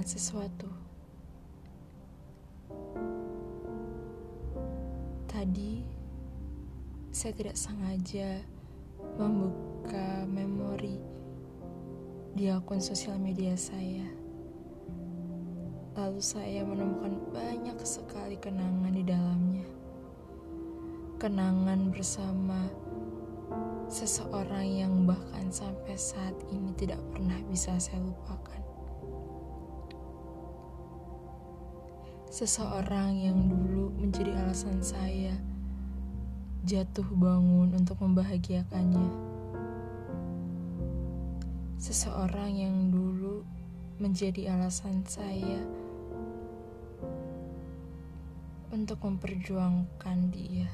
mengingat sesuatu. Tadi, saya tidak sengaja membuka memori di akun sosial media saya. Lalu saya menemukan banyak sekali kenangan di dalamnya. Kenangan bersama seseorang yang bahkan sampai saat ini tidak pernah bisa saya lupakan. Seseorang yang dulu menjadi alasan saya jatuh bangun untuk membahagiakannya. Seseorang yang dulu menjadi alasan saya untuk memperjuangkan dia.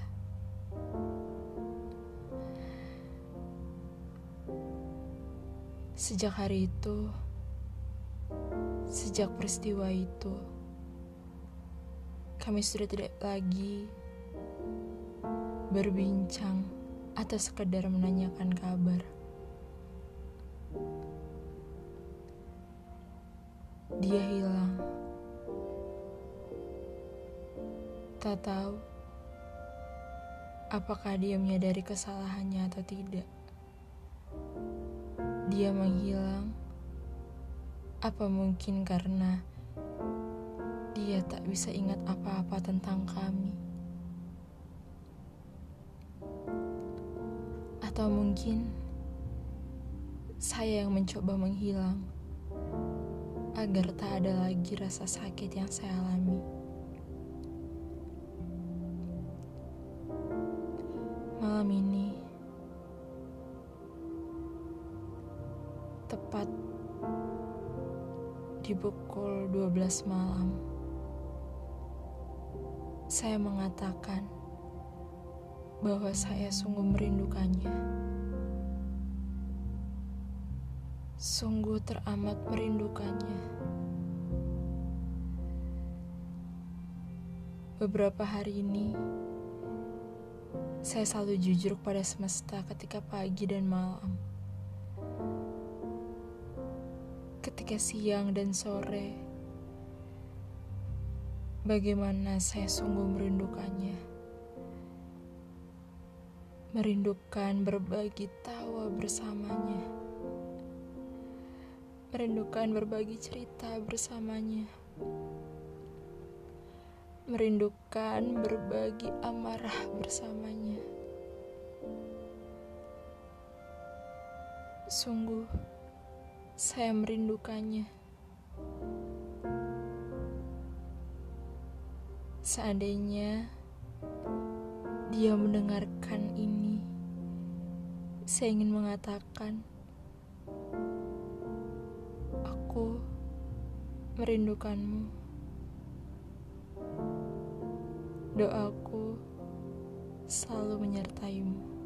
Sejak hari itu, sejak peristiwa itu, kami sudah tidak lagi berbincang atau sekedar menanyakan kabar. Dia hilang. Tak tahu apakah dia menyadari kesalahannya atau tidak. Dia menghilang. Apa mungkin karena dia tak bisa ingat apa-apa tentang kami? Atau mungkin saya yang mencoba menghilang agar tak ada lagi rasa sakit yang saya alami. Malam ini, tepat di pukul 12 malam, saya mengatakan bahwa saya sungguh merindukannya. Sungguh teramat merindukannya. Beberapa hari ini, saya selalu jujur pada semesta ketika pagi dan malam. Ketika siang dan sore, bagaimana saya sungguh merindukannya. Merindukan berbagi tawa bersamanya. Merindukan berbagi cerita bersamanya. Merindukan berbagi amarah bersamanya. Sungguh, saya merindukannya. Seandainya dia mendengarkan ini, saya ingin mengatakan, aku merindukanmu. Doaku selalu menyertaimu.